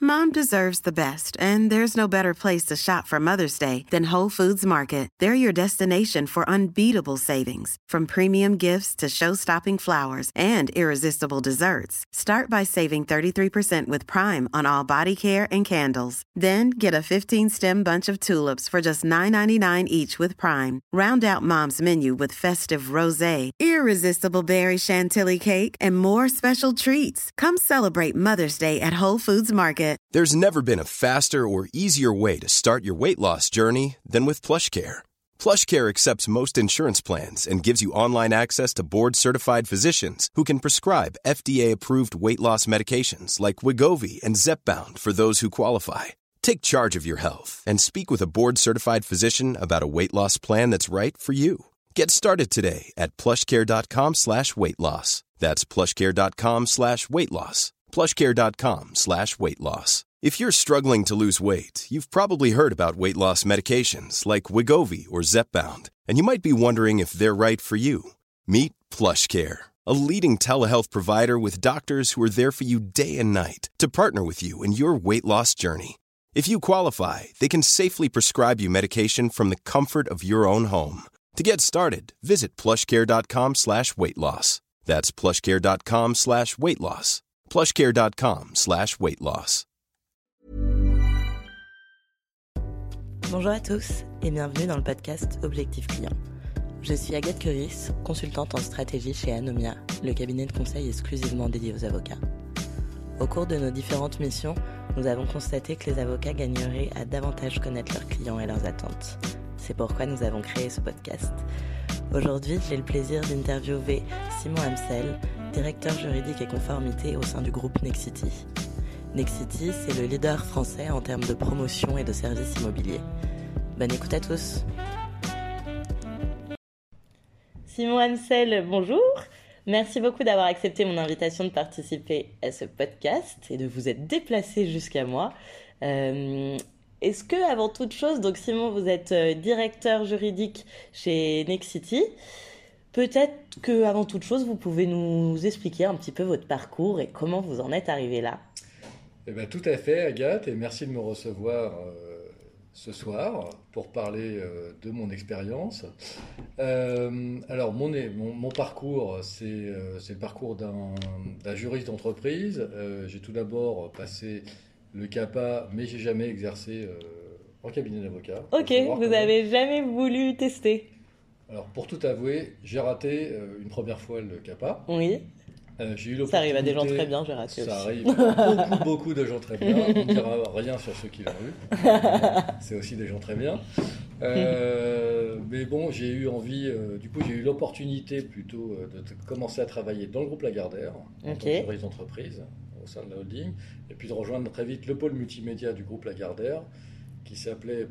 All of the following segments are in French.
Mom deserves the best, and there's no better place to shop for Mother's Day than Whole Foods Market. They're your destination for unbeatable savings, from premium gifts to show-stopping flowers and irresistible desserts. Start by saving 33% with Prime on all body care and candles. Then get a 15-stem bunch of tulips for just $9.99 each with Prime. Round out Mom's menu with festive rosé, irresistible berry chantilly cake, and more special treats. Come celebrate Mother's Day at Whole Foods Market. There's never been a faster or easier way to start your weight loss journey than with PlushCare. PlushCare accepts most insurance plans and gives you online access to board-certified physicians who can prescribe FDA-approved weight loss medications like Wegovy and Zepbound for those who qualify. Take charge of your health and speak with a board-certified physician about a weight loss plan that's right for you. Get started today at plushcare.com/weight loss. That's plushcare.com/weight loss. plushcare.com/weight loss. If you're struggling to lose weight, you've probably heard about weight loss medications like Wegovy or Zepbound, and you might be wondering if they're right for you. Meet PlushCare, a leading telehealth provider with doctors who are there for you day and night to partner with you in your weight loss journey. If you qualify, they can safely prescribe you medication from the comfort of your own home. To get started, visit plushcare.com/weight loss. That's plushcare.com/weight loss. plushcare.com/weight loss. Bonjour à tous et bienvenue dans le podcast Objectif Client. Je suis Agathe Curis, consultante en stratégie chez Anomia, le cabinet de conseil exclusivement dédié aux avocats. Au cours de nos différentes missions, nous avons constaté que les avocats gagneraient à davantage connaître leurs clients et leurs attentes. C'est pourquoi nous avons créé ce podcast. Aujourd'hui, j'ai le plaisir d'interviewer Simon Amsel, directeur juridique et conformité au sein du groupe Nexity. Nexity, c'est le leader français en termes de promotion et de services immobiliers. Bonne écoute à tous. Simon Amsel, bonjour. Merci beaucoup d'avoir accepté mon invitation de participer à ce podcast et de vous être déplacé jusqu'à moi. Est-ce que, avant toute chose, donc Simon, vous êtes directeur juridique chez Nexity. Peut-être que, avant toute chose, vous pouvez nous expliquer un petit peu votre parcours et comment vous en êtes arrivé là. Eh bien, tout à fait, Agathe, et merci de me recevoir ce soir pour parler de mon expérience. Alors, mon parcours, c'est le parcours d'un juriste d'entreprise. J'ai tout d'abord passé le CAPA, mais j'ai jamais exercé en cabinet d'avocat. Ok, vous n'avez jamais voulu tester? Alors, pour tout avouer, j'ai raté une première fois le CAPA. Oui. J'ai eu ça arrive à des gens très bien, j'ai raté ça aussi. Ça arrive beaucoup de gens très bien. On ne dira rien sur ceux qui l'ont eu. C'est aussi des gens très bien. Mais bon, j'ai eu envie, du coup, j'ai eu l'opportunité plutôt de commencer à travailler dans le groupe Lagardère, en tant que juriste d'entreprise, au sein de la holding, et puis de rejoindre très vite le pôle multimédia du groupe Lagardère, qui s'appelait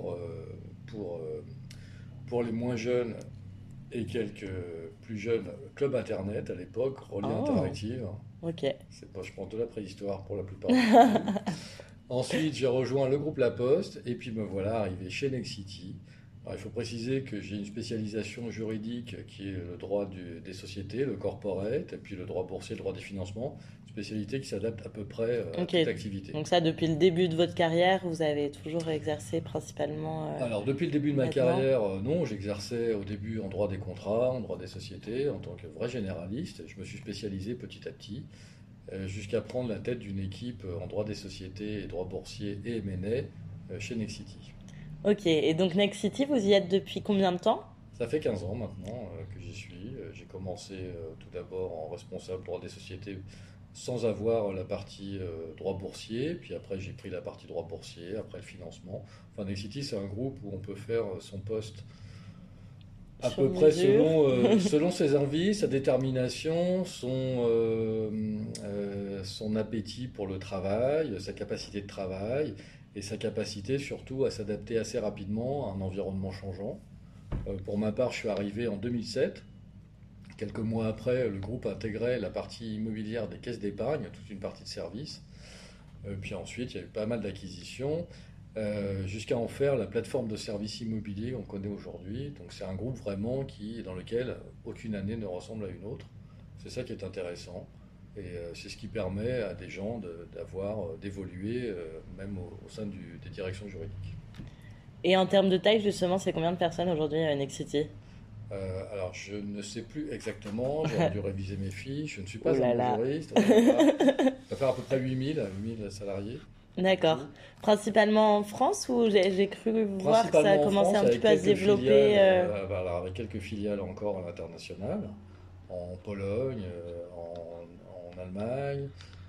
pour les moins jeunes et quelques plus jeunes, Club Internet à l'époque, Relais Interactive. Ok. C'est pas, je pense, de la préhistoire pour la plupart. Ensuite, j'ai rejoint le groupe La Poste et puis me voilà arrivé chez Nexity. Alors, il faut préciser que j'ai une spécialisation juridique qui est le droit des sociétés, le corporate, et puis le droit boursier, le droit des financements, spécialité qui s'adapte à peu près à toute activité. Donc ça, depuis le début de votre carrière, vous avez toujours exercé principalement Alors, depuis le début de ma carrière, non, j'exerçais au début en droit des contrats, en droit des sociétés, en tant que vrai généraliste. Je me suis spécialisé petit à petit, jusqu'à prendre la tête d'une équipe en droit des sociétés et droit boursier et M&A chez Nexity. Ok, et donc Nexity, vous y êtes depuis combien de temps ? Ça fait 15 ans maintenant que j'y suis. J'ai commencé tout d'abord en responsable droit des sociétés sans avoir la partie droit boursier, puis après j'ai pris la partie droit boursier, après le financement. Enfin, Nexity, c'est un groupe où on peut faire son poste à peu près selon ses envies, sa détermination, son appétit pour le travail, sa capacité de travail, et sa capacité surtout à s'adapter assez rapidement à un environnement changeant. Pour ma part, je suis arrivé en 2007. Quelques mois après, le groupe intégrait la partie immobilière des caisses d'épargne, toute une partie de services. Puis ensuite, il y a eu pas mal d'acquisitions, jusqu'à en faire la plateforme de services immobiliers qu'on connaît aujourd'hui. Donc c'est un groupe vraiment dans lequel aucune année ne ressemble à une autre. C'est ça qui est intéressant. Et c'est ce qui permet à des gens d'évoluer, même au sein des directions juridiques. Et en termes de taille, justement, c'est combien de personnes aujourd'hui à Nexity? Alors, je ne sais plus exactement, j'ai dû réviser mes fiches, je ne suis pas Oh là un là. juriste. Ça va faire à peu près 8000 salariés. D'accord. Principalement en France ou j'ai cru voir que ça a Principalement en commencé France, un petit avec peu à se quelques développer filiales, alors, avec quelques filiales encore à l'international, en Pologne, en Allemagne,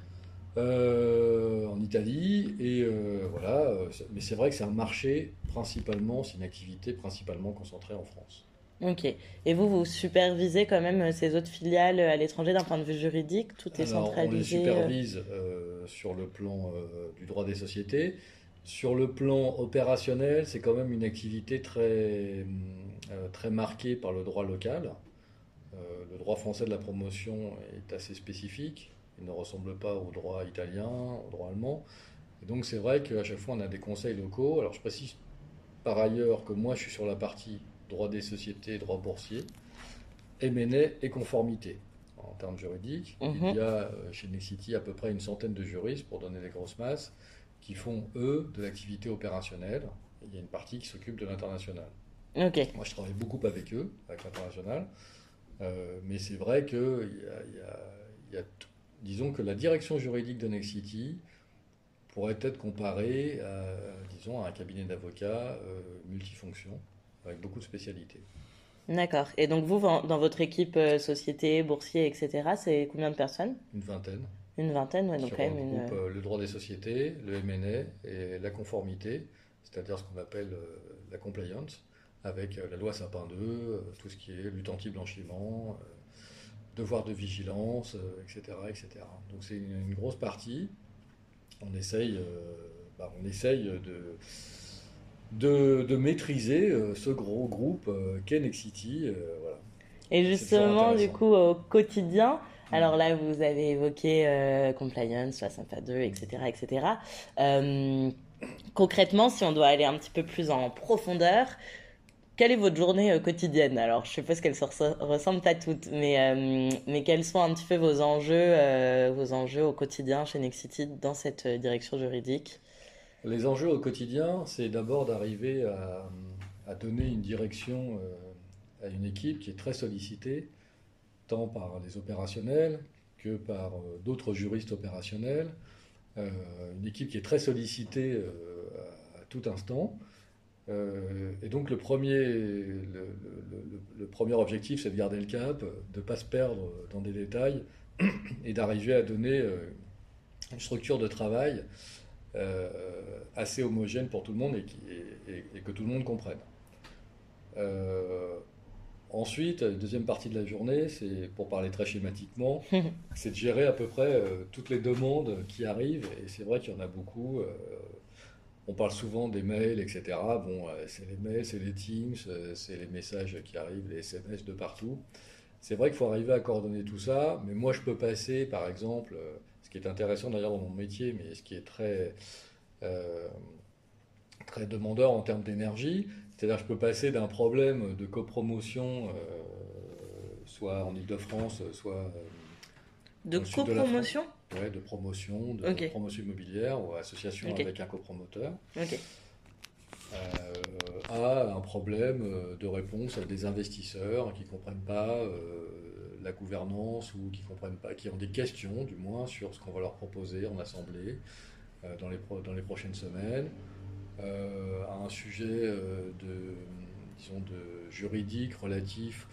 en Italie, et voilà. Mais c'est vrai que c'est un marché principalement, c'est une activité principalement concentrée en France. Ok. Et vous supervisez quand même ces autres filiales à l'étranger d'un point de vue juridique? Tout est Alors, on les centralisé? supervise sur le plan du droit des sociétés. Sur le plan opérationnel, c'est quand même une activité très marquée par le droit local. Le droit français de la promotion est assez spécifique. Il ne ressemble pas au droit italien, au droit allemand. Et donc, c'est vrai qu'à chaque fois, on a des conseils locaux. Alors, je précise par ailleurs que moi, je suis sur la partie droit des sociétés, droit boursier, M&A et conformité. En termes juridiques, il y a chez Nexity à peu près une centaine de juristes, pour donner des grosses masses, qui font, eux, de l'activité opérationnelle. Il y a une partie qui s'occupe de l'international. Ok. Moi, je travaille beaucoup avec eux, avec l'international. Mais c'est vrai que disons que la direction juridique de Nexity pourrait être comparée disons, à un cabinet d'avocats multifonction, avec beaucoup de spécialités. D'accord. Et donc vous, dans votre équipe société, boursier, etc., c'est combien de personnes? Une vingtaine. Une vingtaine, ouais, donc Sur quand un même une... groupe, le droit des sociétés, le M&A et la conformité, c'est-à-dire ce qu'on appelle la compliance, avec la loi Sapin 2, tout ce qui est lutte anti-blanchiment, devoir de vigilance, etc., etc. Donc c'est une grosse partie. On essaye de maîtriser ce gros groupe qu'est Nexity. Voilà. Et C'est toujours justement, du intéressant. coup, au quotidien, alors là, vous avez évoqué compliance, loi Sapin 2, etc., etc. Concrètement, si on doit aller un petit peu plus en profondeur, quelle est votre journée quotidienne? Alors, je suppose qu'elles ressemblent à toutes, mais quels sont un petit peu vos enjeux au quotidien chez Nexity dans cette direction juridique? Les enjeux au quotidien, c'est d'abord d'arriver à donner une direction à une équipe qui est très sollicitée, tant par les opérationnels que par d'autres juristes opérationnels. Une équipe qui est très sollicitée à tout instant. Et donc le premier objectif, c'est de garder le cap, de ne pas se perdre dans des détails et d'arriver à donner une structure de travail assez homogène pour tout le monde et que tout le monde comprenne. Ensuite, la deuxième partie de la journée, c'est, pour parler très schématiquement, c'est de gérer à peu près toutes les demandes qui arrivent. Et c'est vrai qu'il y en a beaucoup. On parle souvent des mails, etc. Bon, c'est les mails, c'est les Teams, c'est les messages qui arrivent, les SMS de partout. C'est vrai qu'il faut arriver à coordonner tout ça. Mais moi, je peux passer, par exemple, ce qui est intéressant d'ailleurs dans mon métier, mais ce qui est très demandeur en termes d'énergie, c'est-à-dire que je peux passer d'un problème de copromotion, soit en Ile-de-France, soit De dans le sud de la France. copromotion? Ouais, de promotion, de Ok. promotion immobilière ou association Ok. avec un copromoteur, Ok. à un problème de réponse à des investisseurs qui ne comprennent pas la gouvernance ou qui comprennent pas, qui ont des questions du moins sur ce qu'on va leur proposer en assemblée dans les prochaines semaines, à un sujet disons de juridique relatif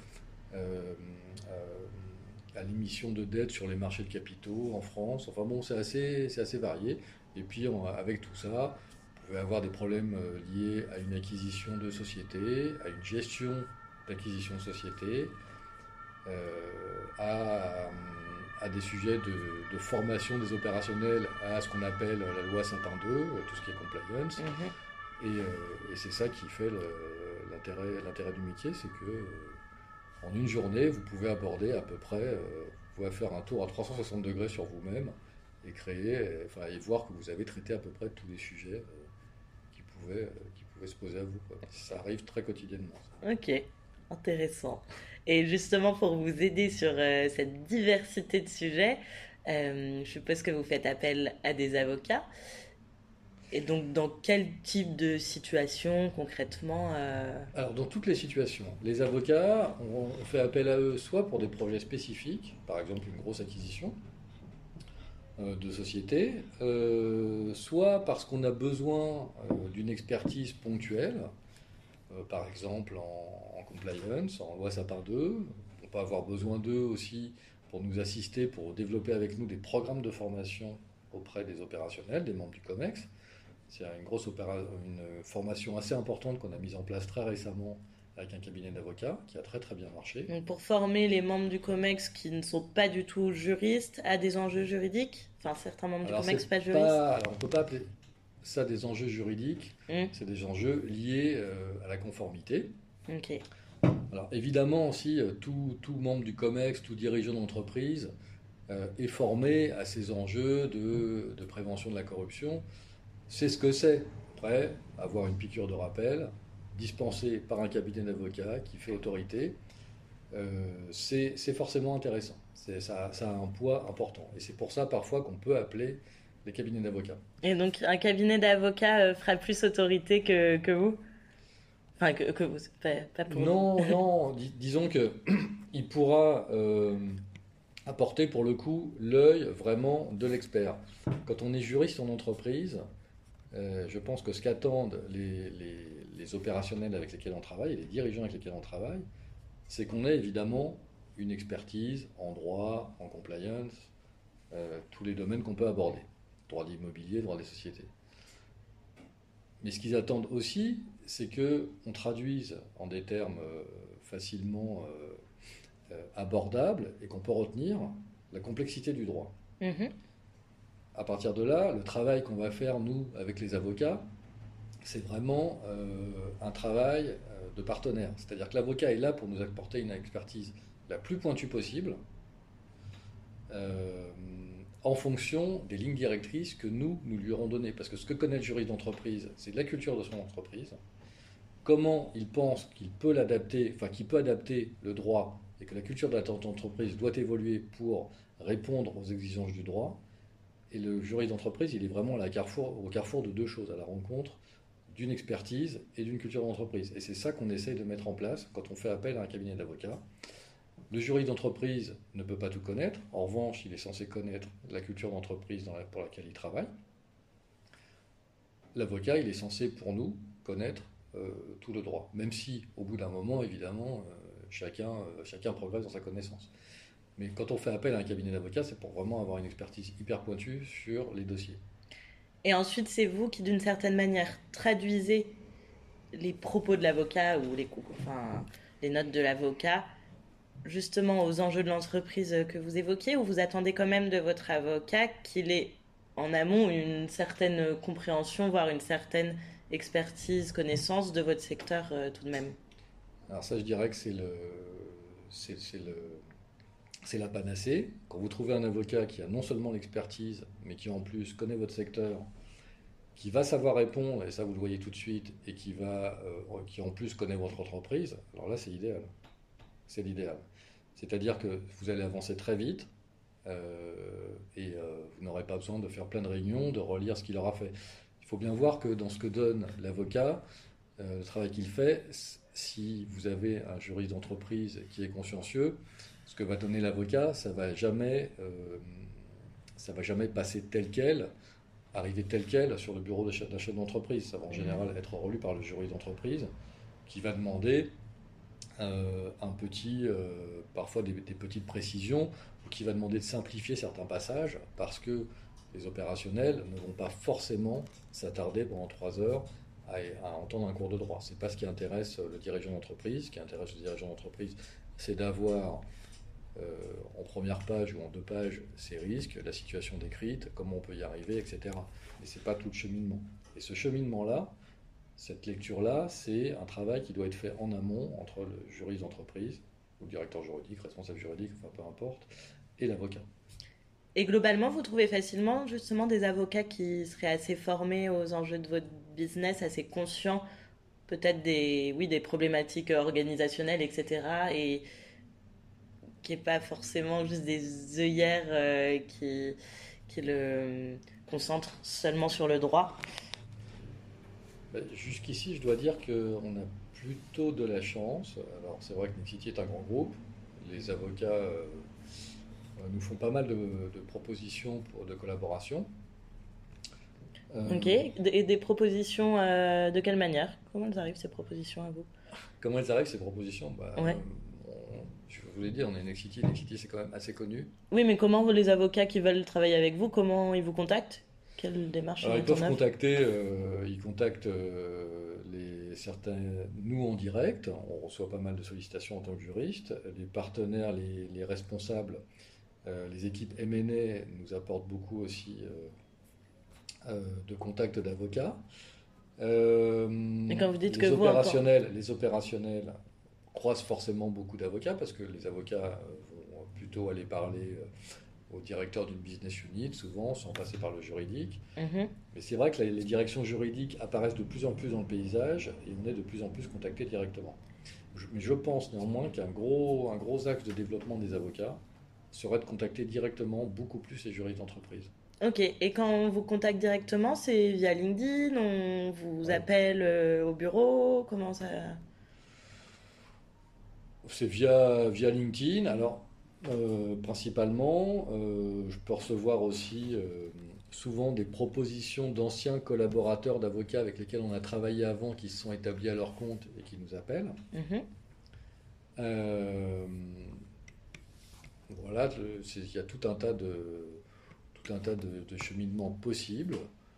à l'émission de dette sur les marchés de capitaux en France. Enfin bon, c'est assez varié. Et puis avec tout ça, vous pouvez avoir des problèmes liés à une acquisition de société, à une gestion d'acquisition de société, à des sujets de formation des opérationnels, à ce qu'on appelle la loi Sapin 2, tout ce qui est compliance. Et c'est ça qui fait l'intérêt du métier, c'est que en une journée, vous pouvez aborder à peu près, vous pouvez faire un tour à 360 degrés sur vous-même et et voir que vous avez traité à peu près tous les sujets qui pouvaient se poser à vous, quoi. Ça arrive très quotidiennement. Ok, intéressant. Et justement, pour vous aider sur cette diversité de sujets, Je suppose que vous faites appel à des avocats. Et donc, dans quel type de situation concrètement Alors, dans toutes les situations, les avocats, on fait appel à eux soit pour des projets spécifiques, par exemple une grosse acquisition de société, soit parce qu'on a besoin d'une expertise ponctuelle, par exemple en compliance, en loi Sapin 2. On peut avoir besoin d'eux aussi pour nous assister, pour développer avec nous des programmes de formation auprès des opérationnels, des membres du COMEX. C'est une formation assez importante qu'on a mise en place très récemment avec un cabinet d'avocats qui a très très bien marché. Donc pour former les membres du COMEX qui ne sont pas du tout juristes à des enjeux juridiques, enfin certains membres du COMEX pas juristes. Alors on ne peut pas appeler ça des enjeux juridiques, c'est des enjeux liés à la conformité. Ok. Alors évidemment aussi, tout membre du COMEX, tout dirigeant d'entreprise est formé à ces enjeux de prévention de la corruption. C'est ce que c'est. Après, avoir une piqûre de rappel, dispensée par un cabinet d'avocats qui fait autorité, c'est forcément intéressant. Ça a un poids important. Et c'est pour ça parfois qu'on peut appeler les cabinets d'avocats. Et donc un cabinet d'avocats fera plus autorité que vous? Enfin, que vous, pas pour vous. Non, disons qu'il pourra apporter pour le coup l'œil vraiment de l'expert. Quand on est juriste en entreprise, je pense que ce qu'attendent les opérationnels avec lesquels on travaille et les dirigeants avec lesquels on travaille, c'est qu'on ait évidemment une expertise en droit, en compliance, tous les domaines qu'on peut aborder. Droit de l'immobilier, droit des sociétés. Mais ce qu'ils attendent aussi, c'est qu'on traduise en des termes facilement abordables et qu'on peut retenir la complexité du droit. Mmh. À partir de là, le travail qu'on va faire, nous, avec les avocats, c'est vraiment un travail de partenaire. C'est-à-dire que l'avocat est là pour nous apporter une expertise la plus pointue possible, en fonction des lignes directrices que nous lui aurons données. Parce que ce que connaît le juriste d'entreprise, c'est la culture de son entreprise, comment il pense qu'il peut l'adapter, enfin qu'il peut adapter le droit, et que la culture de l'entreprise doit évoluer pour répondre aux exigences du droit. Et le juriste d'entreprise, il est vraiment au carrefour de deux choses, à la rencontre d'une expertise et d'une culture d'entreprise. Et c'est ça qu'on essaye de mettre en place quand on fait appel à un cabinet d'avocats. Le juriste d'entreprise ne peut pas tout connaître. En revanche, il est censé connaître la culture d'entreprise pour laquelle il travaille. L'avocat, il est censé, pour nous, connaître tout le droit. Même si, au bout d'un moment, évidemment, chacun progresse dans sa connaissance. Mais quand on fait appel à un cabinet d'avocats, c'est pour vraiment avoir une expertise hyper pointue sur les dossiers. Et ensuite, c'est vous qui, d'une certaine manière, traduisez les propos de l'avocat ou les notes de l'avocat justement aux enjeux de l'entreprise que vous évoquiez, ou vous attendez quand même de votre avocat qu'il ait en amont une certaine compréhension, voire une certaine expertise, connaissance de votre secteur tout de même? Alors ça, je dirais que c'est la panacée. Quand vous trouvez un avocat qui a non seulement l'expertise, mais qui en plus connaît votre secteur, qui va savoir répondre, et ça vous le voyez tout de suite, et qui en plus connaît votre entreprise, alors là c'est idéal. C'est l'idéal. C'est-à-dire que vous allez avancer très vite, et vous n'aurez pas besoin de faire plein de réunions, de relire ce qu'il aura fait. Il faut bien voir que dans ce que donne l'avocat, le travail qu'il fait, si vous avez un juriste d'entreprise qui est consciencieux, ce que va donner l'avocat, ça va jamais passer tel quel, arriver tel quel sur le bureau d'un chef d'entreprise. Ça va en général être relu par le juriste d'entreprise qui va demander parfois des petites précisions, ou qui va demander de simplifier certains passages parce que les opérationnels ne vont pas forcément s'attarder pendant 3 heures à entendre un cours de droit. Ce n'est pas ce qui intéresse le dirigeant d'entreprise. Ce qui intéresse le dirigeant d'entreprise, c'est d'avoir en première page ou en 2 pages ces risques, la situation décrite, comment on peut y arriver, etc. Mais ce n'est pas tout le cheminement. Et ce cheminement-là, cette lecture-là, c'est un travail qui doit être fait en amont entre le juriste d'entreprise, ou le directeur juridique, responsable juridique, enfin peu importe, et l'avocat. Et globalement, vous trouvez facilement justement des avocats qui seraient assez formés aux enjeux de votre business, assez conscients peut-être des problématiques organisationnelles, etc. et qui n'est pas forcément juste des œillères qui le concentrent seulement sur le droit. Jusqu'ici, je dois dire qu'on a plutôt de la chance. Alors, c'est vrai que Nexity est un grand groupe. Les avocats nous font pas mal de propositions de collaboration. Ok, et des propositions de quelle manière? Comment elles arrivent, ces propositions, à vous? Comment elles arrivent, ces propositions? Ouais. Je vous l'ai dit, on est Nexity. Nexity, c'est quand même assez connu. Oui, mais comment les avocats qui veulent travailler avec vous, comment ils vous contactent? Quelle démarche? Alors, ils peuvent contacter, ils contactent certains, nous en direct. On reçoit pas mal de sollicitations en tant que juriste. Les partenaires, les responsables, les équipes M&A nous apportent beaucoup aussi de contacts d'avocats. Et quand vous dites que les opérationnels croisent forcément beaucoup d'avocats parce que les avocats vont plutôt aller parler au directeur d'une business unit, souvent, sans passer par le juridique. Mm-hmm. Mais c'est vrai que les directions juridiques apparaissent de plus en plus dans le paysage et on est de plus en plus contacté directement. Mais je pense néanmoins qu'un gros axe de développement des avocats serait de contacter directement beaucoup plus les juristes d'entreprise. Ok, et quand on vous contacte directement, c'est via LinkedIn, on vous appelle au bureau, comment ça... C'est via LinkedIn. Alors, principalement, je peux recevoir aussi souvent des propositions d'anciens collaborateurs d'avocats avec lesquels on a travaillé avant, qui se sont établis à leur compte et qui nous appellent. Mm-hmm. Voilà, il y a tout un tas de cheminements possibles.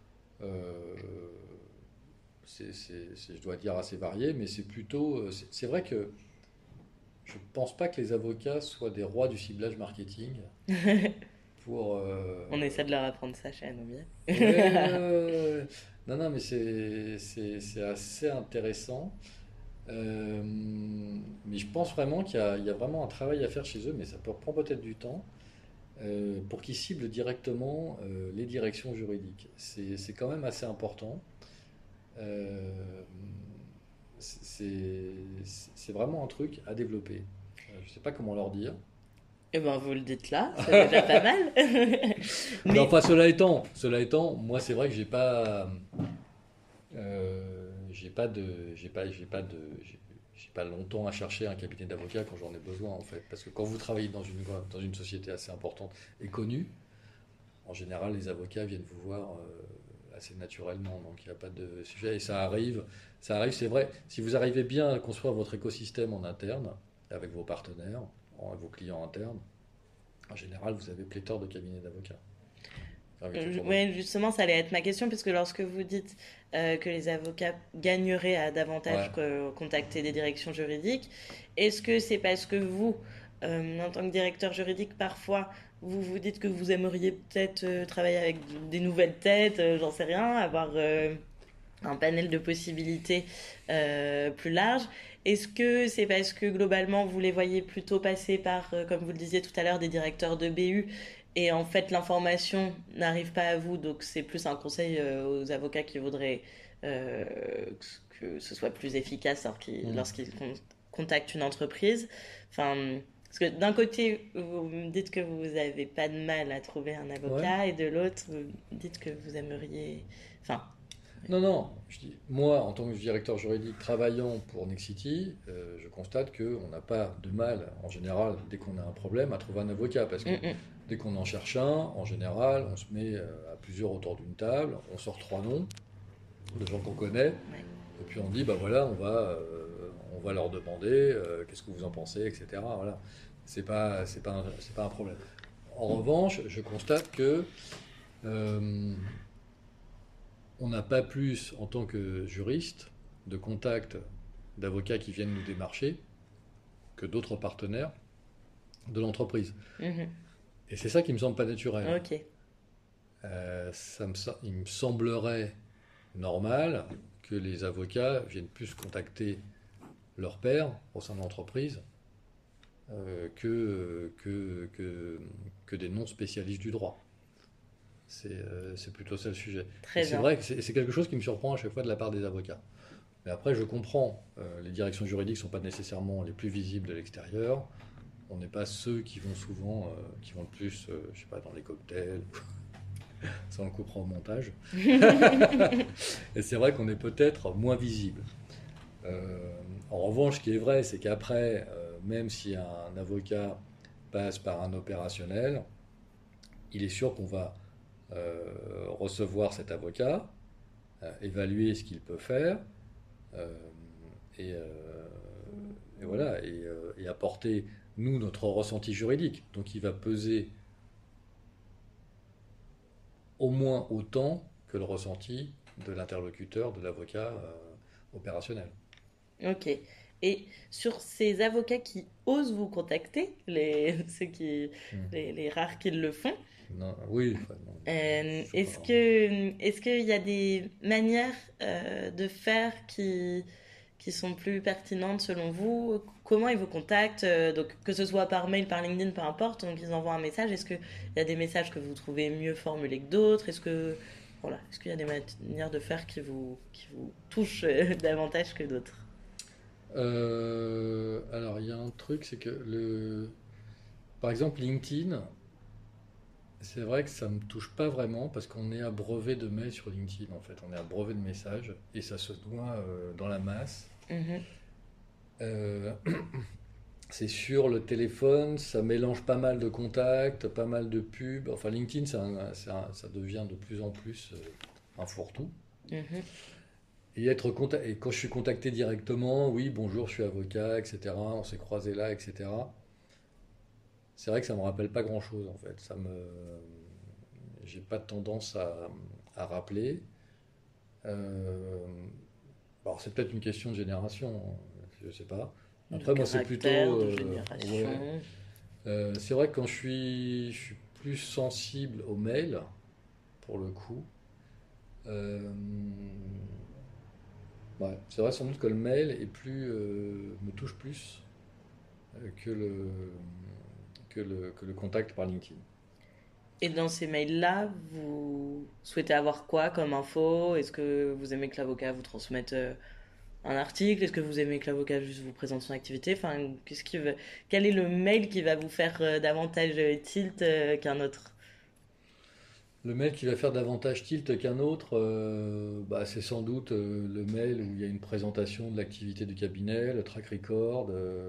Je dois dire assez variés, mais c'est plutôt... C'est vrai que je ne pense pas que les avocats soient des rois du ciblage marketing. On essaie de leur apprendre ça chez Anomia. Non, mais c'est assez intéressant. Mais je pense vraiment qu'il y a vraiment un travail à faire chez eux, mais ça prend peut-être du temps, pour qu'ils ciblent directement les directions juridiques. C'est quand même assez important. C'est vraiment un truc à développer. Je ne sais pas comment leur dire. Eh ben, vous le dites là, c'est déjà pas mal. Mais enfin, cela étant, moi c'est vrai que j'ai pas longtemps à chercher un cabinet d'avocats quand j'en ai besoin en fait, parce que quand vous travaillez dans une société assez importante et connue, en général les avocats viennent vous voir assez naturellement, donc il n'y a pas de sujet et ça arrive, c'est vrai. Si vous arrivez bien à construire votre écosystème en interne avec vos partenaires, vos clients internes, en général vous avez pléthore de cabinets d'avocats. Oui, justement, ça allait être ma question, puisque lorsque vous dites que les avocats gagneraient à davantage contacter des directions juridiques, est-ce que c'est parce que vous, en tant que directeur juridique, parfois, vous vous dites que vous aimeriez peut-être travailler avec des nouvelles têtes, j'en sais rien, avoir un panel de possibilités plus large? Est-ce que c'est parce que globalement, vous les voyez plutôt passer par, comme vous le disiez tout à l'heure, des directeurs de BU, et en fait, l'information n'arrive pas à vous, donc c'est plus un conseil aux avocats qui voudraient que ce soit plus efficace lorsqu'ils contactent une entreprise. Enfin, parce que d'un côté, vous me dites que vous n'avez pas de mal à trouver un avocat, et de l'autre, vous dites que vous aimeriez... Enfin... Non, je dis, moi, en tant que directeur juridique travaillant pour Nexity, je constate qu'on n'a pas de mal, en général, dès qu'on a un problème, à trouver un avocat, parce que dès qu'on en cherche un, en général, on se met à plusieurs autour d'une table, on sort 3 noms de gens qu'on connaît, et puis on dit, bah voilà, on va leur demander qu'est-ce que vous en pensez, etc. Voilà. C'est pas un problème. En revanche, je constate que on n'a pas plus, en tant que juriste, de contacts d'avocats qui viennent nous démarcher que d'autres partenaires de l'entreprise. Et c'est ça qui me semble pas naturel. Ok. Il me semblerait normal que les avocats viennent plus contacter leurs pairs au sein de l'entreprise que des non-spécialistes du droit. C'est plutôt ça le sujet. C'est vrai que c'est quelque chose qui me surprend à chaque fois de la part des avocats. Mais après, je comprends, les directions juridiques ne sont pas nécessairement les plus visibles de l'extérieur. On n'est pas ceux qui vont souvent, qui vont le plus, je sais pas, dans les cocktails. Ça, on le coupera au montage. Et c'est vrai qu'on est peut-être moins visible. En revanche, ce qui est vrai, c'est qu'après, même si un avocat passe par un opérationnel, il est sûr qu'on va recevoir cet avocat, évaluer ce qu'il peut faire, et, voilà, et apporter, nous, notre ressenti juridique. Donc il va peser au moins autant que le ressenti de l'interlocuteur, de l'avocat opérationnel. Ok. Et sur ces avocats qui osent vous contacter, les rares qui le font, Non, oui, enfin, non, est-ce qu'il y a des manières de faire qui sont plus pertinentes selon vous? Comment ils vous contactent? Donc, que ce soit par mail, par LinkedIn, peu importe, donc ils envoient un message. Est-ce qu'il y a des messages que vous trouvez mieux formulés que d'autres? Est-ce qu'il y a des manières de faire qui vous touchent davantage que d'autres? Alors, il y a un truc, c'est que par exemple, LinkedIn, c'est vrai que ça me touche pas vraiment parce qu'on est abreuvé de mails sur LinkedIn en fait. On est abreuvé de messages et ça se doit dans la masse. Mhm. Euh, c'est sur le téléphone, ça mélange pas mal de contacts, pas mal de pubs. Enfin, LinkedIn, ça devient de plus en plus un fourre-tout. Mhm. Et quand je suis contacté directement, oui, bonjour, je suis avocat, etc. On s'est croisé là, etc. C'est vrai que ça me rappelle pas grand-chose en fait. J'ai pas tendance à rappeler. Euh, alors c'est peut-être une question de génération, je sais pas. De Après moi c'est plutôt, caractère, de génération. ouais. C'est vrai que quand je suis plus sensible aux mails pour le coup. Euh, ouais, c'est vrai sans doute que le mail me touche plus que le contact par LinkedIn. Et dans ces mails-là, vous souhaitez avoir quoi comme info? Est-ce que vous aimez que l'avocat vous transmette un article? Est-ce que vous aimez que l'avocat juste vous présente son activité? Enfin, quel est le mail qui va vous faire davantage tilt qu'un autre? Le mail qui va faire davantage tilt qu'un autre, c'est sans doute le mail où il y a une présentation de l'activité du cabinet, le track record,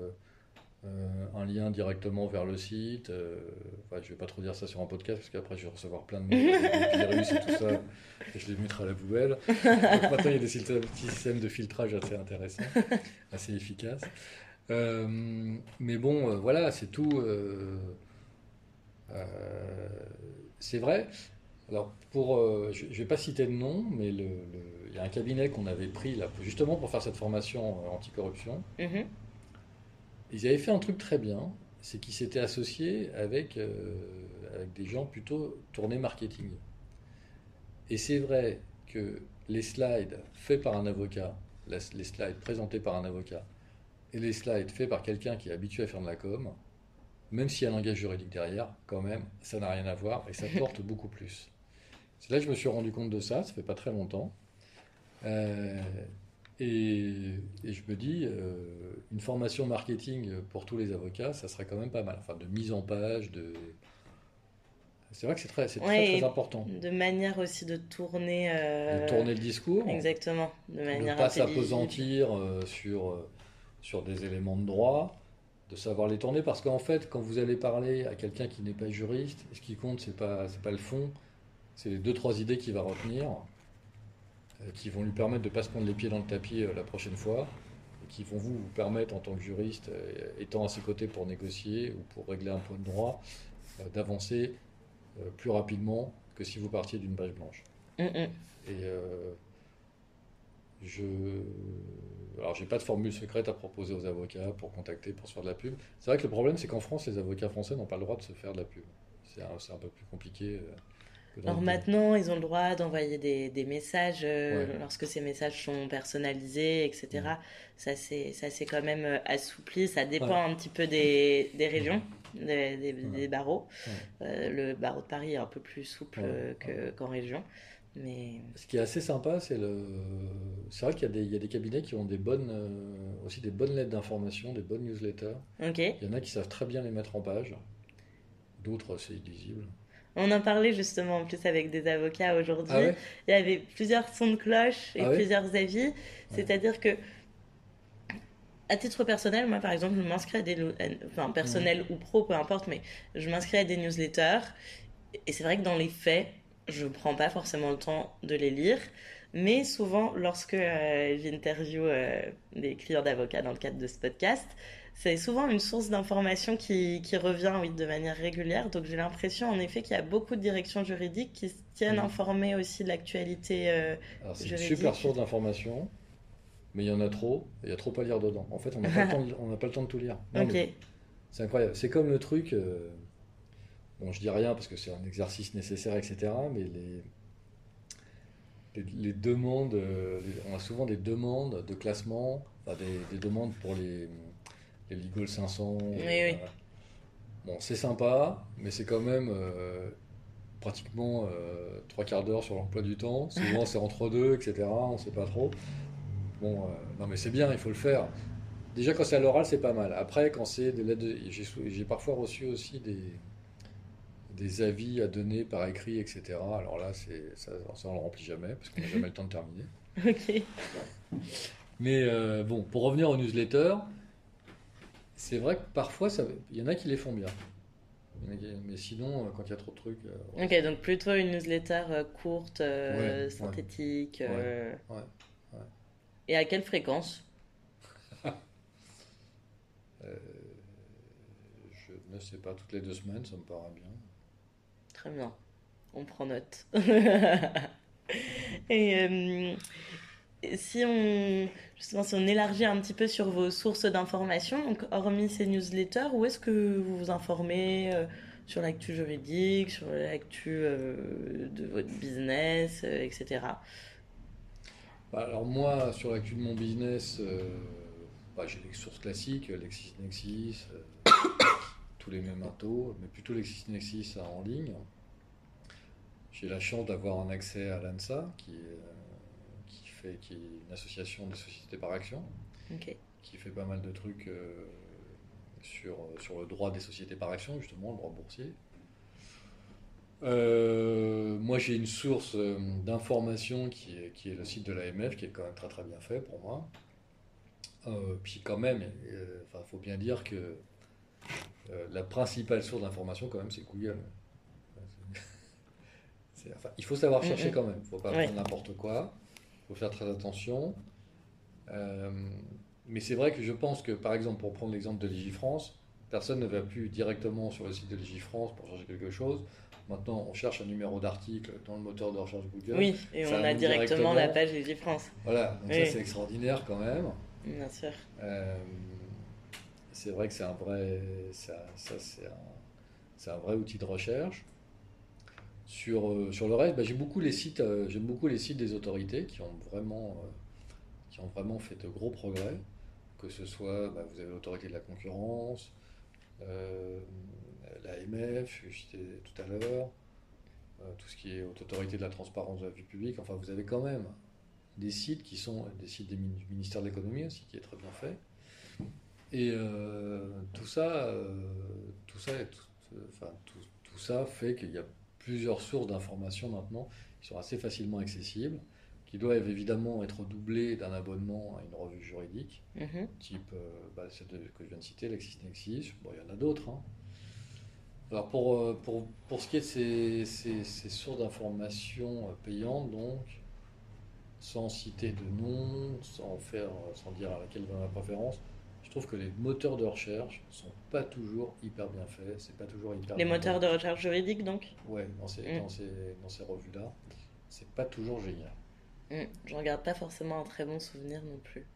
un lien directement vers le site. Je ne vais pas trop dire ça sur un podcast parce qu'après je vais recevoir plein de mails avec des virus et tout ça et je les mettrai à la poubelle. Donc maintenant il y a des systèmes de filtrage assez intéressants, assez efficaces. Mais bon, voilà, c'est tout. Euh, c'est vrai. Alors, je ne vais pas citer de nom, mais il y a un cabinet qu'on avait pris là, justement pour faire cette formation anticorruption. Mhm. Ils avaient fait un truc très bien, c'est qu'ils s'étaient associés avec des gens plutôt tournés marketing. Et c'est vrai que les slides faits par un avocat, les slides présentés par un avocat, et les slides faits par quelqu'un qui est habitué à faire de la com, même s'il y a un langage juridique derrière, quand même, ça n'a rien à voir et ça porte beaucoup plus. C'est là que je me suis rendu compte de ça fait pas très longtemps. Euh, et je me dis, une formation marketing pour tous les avocats, ça serait quand même pas mal. Enfin, de mise en page, c'est vrai que c'est Ouais, très et important. de manière aussi de tourner. De tourner le discours, Exactement, de de ne manière pas intelligible. s'apesantir sur des éléments de droit, de savoir les tourner. Parce qu'en fait, quand vous allez parler à quelqu'un qui n'est pas juriste, ce qui compte, c'est pas le fond, c'est les deux, trois idées qu'il va retenir, qui vont lui permettre de ne pas se prendre les pieds dans le tapis la prochaine fois, et qui vont vous permettre, en tant que juriste, étant à ses côtés pour négocier ou pour régler un point de droit, d'avancer plus rapidement que si vous partiez d'une page blanche. Mhm. Et alors, j'ai pas de formule secrète à proposer aux avocats pour contacter, pour se faire de la pub. C'est vrai que le problème, c'est qu'en France, les avocats français n'ont pas le droit de se faire de la pub. C'est un peu plus compliqué que dans Alors d'autres pays. maintenant, ils ont le droit d'envoyer des messages Ouais. lorsque ces messages sont personnalisés, etc. Ça s'est quand même assoupli. Ça dépend Ouais. un petit peu des régions, des barreaux. Ouais. Le barreau de Paris est un peu plus souple Ouais. qu'en région. Mais Ce qui est assez sympa, c'est c'est vrai qu'il y a des cabinets qui ont aussi des bonnes lettres d'information, des bonnes newsletters. Ok. Il y en a qui savent très bien les mettre en page, d'autres c'est illisible. On en parlait justement en plus avec des avocats Ah aujourd'hui. ouais? Il y avait plusieurs sons de cloche et Ah ouais? plusieurs avis. Ouais. C'est-à-dire que, à titre personnel, moi par exemple, je m'inscris à enfin Mhm. personnel ou pro, peu importe, mais je m'inscris à des newsletters. Et c'est vrai que dans les faits, je prends pas forcément le temps de les lire. Mais souvent, lorsque j'interviewe des clients d'avocats dans le cadre de ce podcast, c'est souvent une source d'information qui revient, oui, de manière régulière. Donc j'ai l'impression, en effet, qu'il y a beaucoup de directions juridiques qui se tiennent Mhm. informées aussi de l'actualité Alors c'est une super juridique. source d'information, mais il y en a trop, et il y a trop à lire dedans. En fait, on n'a pas le temps on n'a pas le temps de tout lire. Non Ok. mais c'est incroyable. C'est comme le truc, bon je dis rien parce que c'est un exercice nécessaire, etc. Mais les demandes, on a souvent des demandes de classement, enfin, des demandes pour les Legal 500. Oui, oui. Bon, c'est sympa, mais c'est quand même pratiquement trois quarts d'heure sur l'emploi du temps. Souvent, c'est entre deux, etc. On ne sait pas trop. Bon, non, mais c'est bien, il faut le faire. Déjà, quand c'est à l'oral, c'est pas mal. Après, quand c'est des lettres j'ai parfois reçu aussi des avis à donner par écrit, etc. Alors là, ça on le remplit jamais, parce qu'on n'a jamais le temps de terminer. Ok. Mais bon, pour revenir aux newsletters, c'est vrai que parfois, il y en a qui les font bien. Mais sinon, quand il y a trop de trucs, ouais, Ok, donc plutôt une newsletter courte, ouais, ouais, synthétique. ouais, ouais, ouais. Et à quelle fréquence? Euh, je ne sais pas, toutes les 2 semaines, ça me paraît bien. Très bien, on prend note. Et si on, justement, si on élargit un petit peu sur vos sources d'information, donc hormis ces newsletters, où est-ce que vous vous informez sur l'actu juridique, sur l'actu de votre business, etc. Bah, alors moi, sur l'actu de mon business, bah, j'ai les sources classiques, LexisNexis, tous les Memento, mais plutôt LexisNexis en ligne. J'ai la chance d'avoir un accès à l'ANSA, qui est une association des sociétés par action, Ok. qui fait pas mal de trucs sur le droit des sociétés par action, justement, le droit boursier. Moi, j'ai une source d'information qui est le site de l'AMF, qui est quand même très très bien fait pour moi. Puis quand même, enfin, faut bien dire que la principale source d'information, quand même, c'est Google. Enfin, il faut savoir chercher Mm, quand même. Il ne faut pas ouais. prendre n'importe quoi. Il faut faire très attention. Euh, mais c'est vrai que je pense que, par exemple, pour prendre l'exemple de Légifrance, personne ne va plus directement sur le site de Légifrance pour chercher quelque chose. Maintenant, on cherche un numéro d'article dans le moteur de recherche Google. Oui, et Ça on a arrive directement la directement. page Légifrance. Voilà, donc ça Oui, c'est extraordinaire quand même. bien sûr. Euh, c'est vrai que c'est un vrai outil de recherche. Sur le reste, bah, j'aime beaucoup les sites des autorités qui ont vraiment fait de gros progrès. Que ce soit, bah, vous avez l'autorité de la concurrence, euh, l'AMF, je citais tout à l'heure, tout ce qui est autorité de la transparence de la vie publique. Enfin, vous avez quand même des sites qui sont des sites du ministère de l'économie aussi, qui est très bien fait. Et tout ça fait qu'il y a plusieurs sources d'informations maintenant qui sont assez facilement accessibles, qui doivent évidemment être doublées d'un abonnement à une revue juridique, Mhm. type bah, celle que je viens de citer, LexisNexis. Bon, il y en a d'autres, hein. Alors pour ce qui est de ces sources d'informations payantes, donc, sans citer de nom, sans dire à laquelle va ma préférence, je trouve que les moteurs de recherche sont pas toujours hyper bien faits, c'est pas toujours hyper Les bien moteurs de donné. recherche juridique, donc? Ouais, Mm. dans ces revues-là, c'est pas toujours génial. Mm. J'en garde pas forcément un très bon souvenir non plus.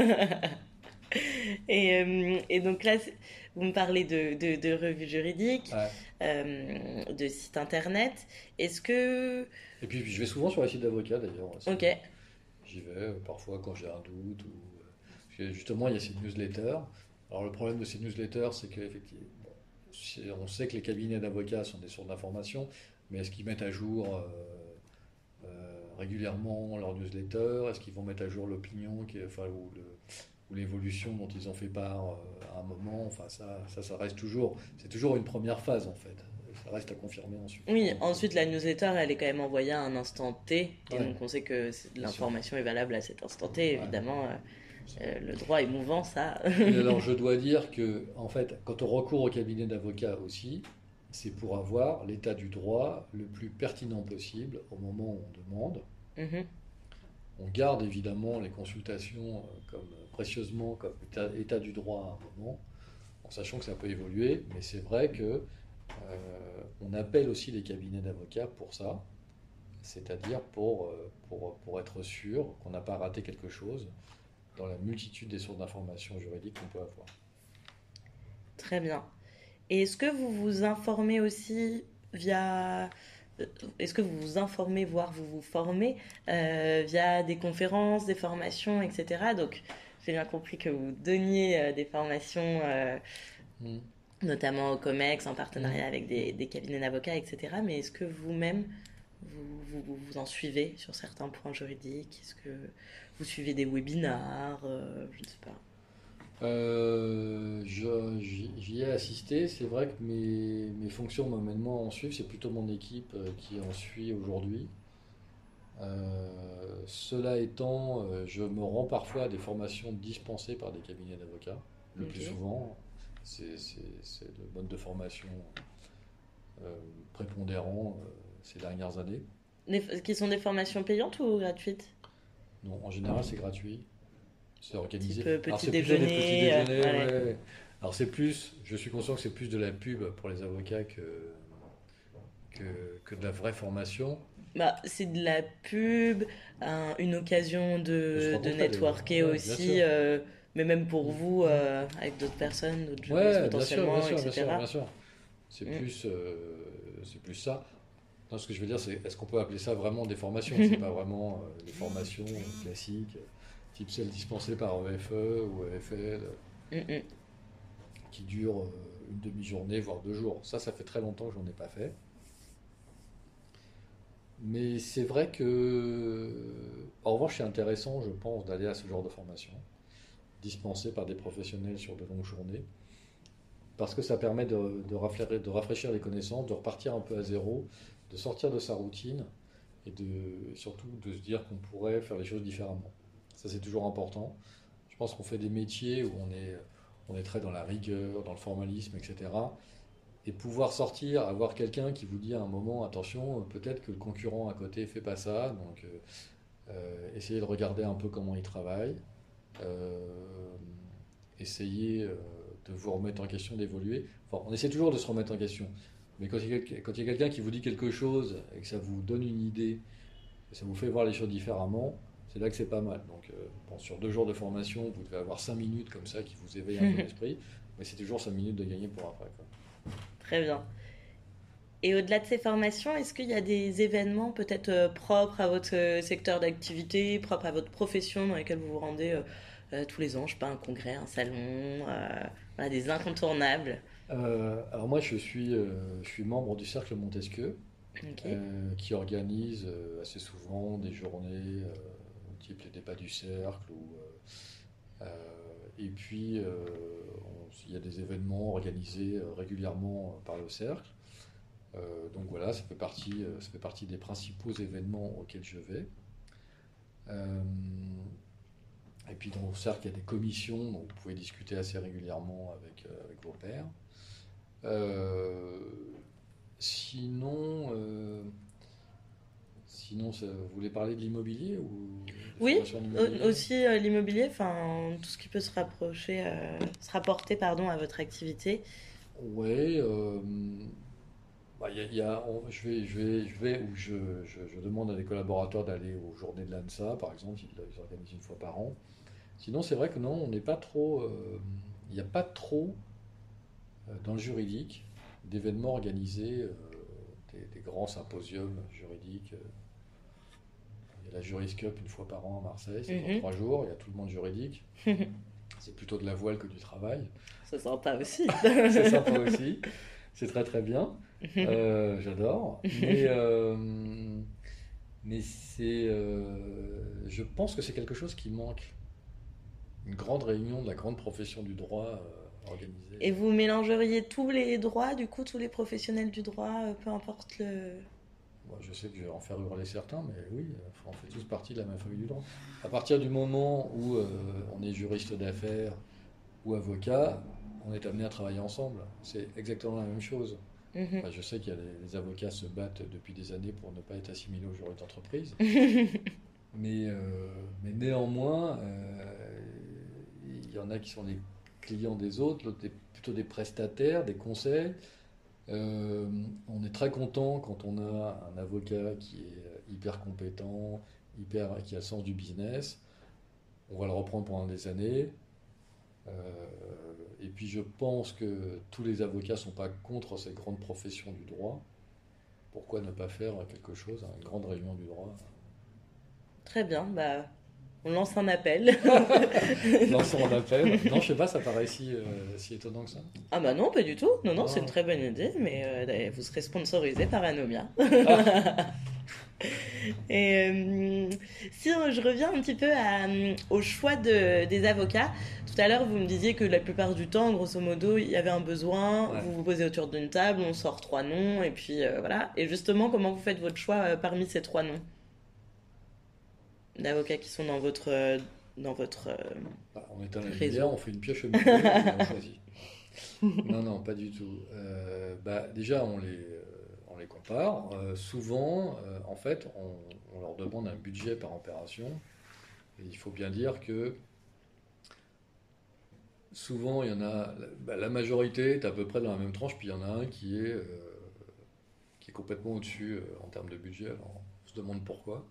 Et donc là, vous me parlez de revues juridiques, Ouais. de sites internet. Est-ce que... Et puis je vais souvent sur les sites d'avocats d'ailleurs aussi. Ok. J'y vais parfois quand j'ai un doute parce que justement il y a ces newsletters. Alors le problème de ces newsletters, c'est qu'effectivement, bon, on sait que les cabinets d'avocats sont des sources d'information, mais est-ce qu'ils mettent à jour régulièrement leur newsletter? Est-ce qu'ils vont mettre à jour l'opinion ou l'évolution dont ils ont fait part à un moment? Enfin, ça reste toujours... C'est toujours une première phase, en fait. Ça reste à confirmer ensuite. Oui, ensuite, la newsletter, elle est quand même envoyée à un instant T. Et Ouais. donc, on sait que l'information est valable à cet instant T. Ouais. Évidemment, le droit est mouvant, ça. Et alors, je dois dire que, en fait, quand on recourt au cabinet d'avocat aussi, c'est pour avoir l'état du droit le plus pertinent possible au moment où on demande. Mhm. On garde évidemment les consultations précieusement comme état du droit à un moment, en sachant que ça peut évoluer, mais c'est vrai que on appelle aussi les cabinets d'avocats pour ça, c'est-à-dire pour être sûr qu'on n'a pas raté quelque chose dans la multitude des sources d'informations juridiques qu'on peut avoir. Très bien. Et est-ce que vous vous informez aussi via... Est-ce que vous vous informez, voire vous vous formez via des conférences, des formations, etc. Donc, j'ai bien compris que vous donniez des formations, notamment au COMEX, en partenariat avec des cabinets d'avocats, etc. Mais est-ce que vous-même, vous en suivez sur certains points juridiques? Est-ce que vous suivez des webinars? Je ne sais pas. J'y ai assisté. C'est vrai que mes fonctions m'amènent moi à en suivre. C'est plutôt mon équipe qui en suit aujourd'hui. Cela étant, je me rends parfois à des formations dispensées par des cabinets d'avocats. Le plus souvent, c'est le mode de formation prépondérant ces dernières années. Qui sont des formations payantes ou gratuites? Non, en général, c'est gratuit. C'est organisé. Type petit Alors, c'est déjeuner, plutôt des petits déjeuners, ouais. ouais. Alors c'est plus, je suis conscient que c'est plus de la pub pour les avocats que de la vraie formation. Bah, c'est de la pub, une occasion De se de rencontrer, networker ouais, bien aussi, sûr. mais même pour vous, avec d'autres personnes, d'autres juristes Ouais, bien sûr, potentiellement, bien sûr, bien etc. sûr, bien sûr. C'est plus ça. Non, ce que je veux dire, c'est est-ce qu'on peut appeler ça vraiment des formations? C'est pas vraiment des formations classiques, type celles dispensées par EFE ou EFL, Mm, qui durent une demi-journée, voire 2 jours. Ça fait très longtemps que j'en ai pas fait. Mais c'est vrai que, en revanche, c'est intéressant, je pense, d'aller à ce genre de formation, dispensée par des professionnels sur de longues journées, parce que ça permet de rafraîchir les connaissances, de repartir un peu à zéro, de sortir de sa routine et surtout de se dire qu'on pourrait faire les choses différemment. Ça, c'est toujours important. Je pense qu'on fait des métiers où on est très dans la rigueur, dans le formalisme, etc. Et pouvoir sortir, avoir quelqu'un qui vous dit à un moment, attention, peut-être que le concurrent à côté fait pas ça, donc essayez de regarder un peu comment il travaille, essayez de vous remettre en question, d'évoluer. Enfin, on essaie toujours de se remettre en question, mais quand il y a quelqu'un qui vous dit quelque chose et que ça vous donne une idée, et ça vous fait voir les choses différemment, c'est là que c'est pas mal. Donc, sur 2 jours de formation, vous devez avoir 5 minutes comme ça qui vous éveillent un peu l'esprit, mais c'est toujours 5 minutes de gagner pour après, quoi. Très bien. Et au-delà de ces formations, est-ce qu'il y a des événements peut-être propres à votre secteur d'activité, propres à votre profession, dans lesquels vous vous rendez tous les ans, je sais pas, un congrès, un salon, voilà, des incontournables? Alors moi, je suis membre du Cercle Montesquieu, Ok. qui organise assez souvent des journées type les débats du cercle et puis il y a des événements organisés régulièrement par le cercle. Donc voilà, ça fait partie des principaux événements auxquels je vais. Et puis dans le cercle, il y a des commissions, donc vous pouvez discuter assez régulièrement avec vos pairs. Sinon, vous voulez parler de l'immobilier ou des Oui, formations en immobilier? aussi l'immobilier, enfin tout ce qui peut se rapporter, pardon, à votre activité. Oui, je demande à des collaborateurs d'aller aux journées de l'ANSA, par exemple, ils organisent une fois par an. Sinon, c'est vrai que non, on n'est pas trop, il n'y a pas trop dans le juridique d'événements organisés, des grands symposiums juridiques. Il y a la Juris Cup une fois par an à Marseille, c'est dans 3 jours, il y a tout le monde juridique. C'est plutôt de la voile que du travail. C'est sympa aussi. C'est sympa aussi, c'est très très bien. J'adore. Mais je pense que c'est quelque chose qui manque. Une grande réunion de la grande profession du droit organisée. Et vous mélangeriez tous les droits, du coup, tous les professionnels du droit, peu importe le... Moi, je sais que je vais en faire hurler certains, mais oui, on fait tous partie de la même famille du droit. À partir du moment où on est juriste d'affaires ou avocat, on est amené à travailler ensemble. C'est exactement la même chose. Enfin, je sais qu'il y a les avocats se battent depuis des années pour ne pas être assimilés aux juristes d'entreprise. mais néanmoins, il y en a qui sont des clients des autres, l'autre plutôt des prestataires, des conseils. On est très content quand on a un avocat qui est hyper compétent, qui a le sens du business. On va le reprendre pendant des années. Et puis je pense que tous les avocats ne sont pas contre ces grandes professions du droit. Pourquoi ne pas faire quelque chose, une grande réunion du droit? Très bien, on lance un appel. Lançons un appel. Non, je sais pas, ça paraît si étonnant que ça. Ah non, pas du tout. Non, c'est une très bonne idée, mais vous serez sponsorisé par Anomia. Et si je reviens un petit peu au choix des avocats, tout à l'heure vous me disiez que la plupart du temps, grosso modo, il y avait un besoin, vous vous posez autour d'une table, on sort 3 noms, et puis voilà. Et justement, comment vous faites votre choix parmi ces 3 noms d'avocats qui sont dans votre on est un réseau. réseau, on fait une pioche au milieu et on choisit. Non, pas du tout. Déjà, on les compare. Souvent, en fait, on leur demande un budget par opération. Et il faut bien dire que souvent, il y en a, la majorité est à peu près dans la même tranche, puis il y en a un qui est complètement au-dessus en termes de budget. Alors, on se demande pourquoi.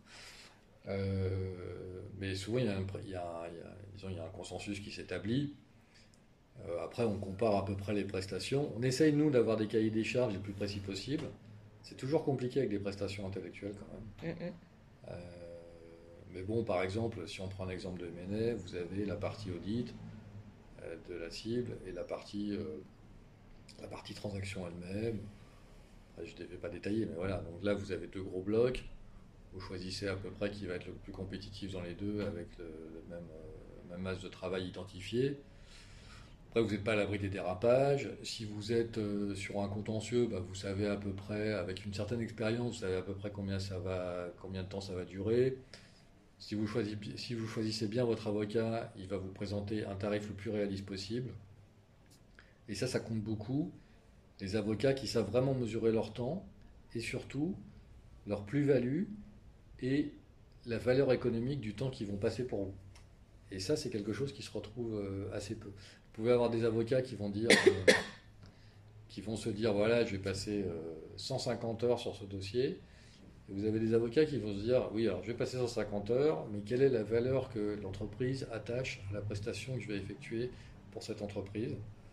Mais souvent, il y a un consensus qui s'établit. Après, on compare à peu près les prestations. On essaye, nous, d'avoir des cahiers des charges les plus précis possible. C'est toujours compliqué avec des prestations intellectuelles, quand même. Mais bon, par exemple, si on prend un exemple de M&A, vous avez la partie audit de la cible et la partie transaction elle-même. Je ne vais pas détailler, mais voilà. Donc là, vous avez 2 gros blocs. Vous choisissez à peu près qui va être le plus compétitif dans les deux avec la même masse de travail identifiée. Après, vous n'êtes pas à l'abri des dérapages. Si vous êtes sur un contentieux, vous savez à peu près, avec une certaine expérience, vous savez à peu près combien de temps ça va durer. Si vous choisissez bien votre avocat, il va vous présenter un tarif le plus réaliste possible. Et ça compte beaucoup. Les avocats qui savent vraiment mesurer leur temps et surtout leur plus-value et la valeur économique du temps qu'ils vont passer pour vous. Et ça, c'est quelque chose qui se retrouve assez peu. Vous pouvez avoir des avocats qui vont se dire, voilà, je vais passer 150 heures sur ce dossier. Et vous avez des avocats qui vont se dire, oui, alors je vais passer 150 heures, mais quelle est la valeur que l'entreprise attache à la prestation que je vais effectuer pour cette entreprise?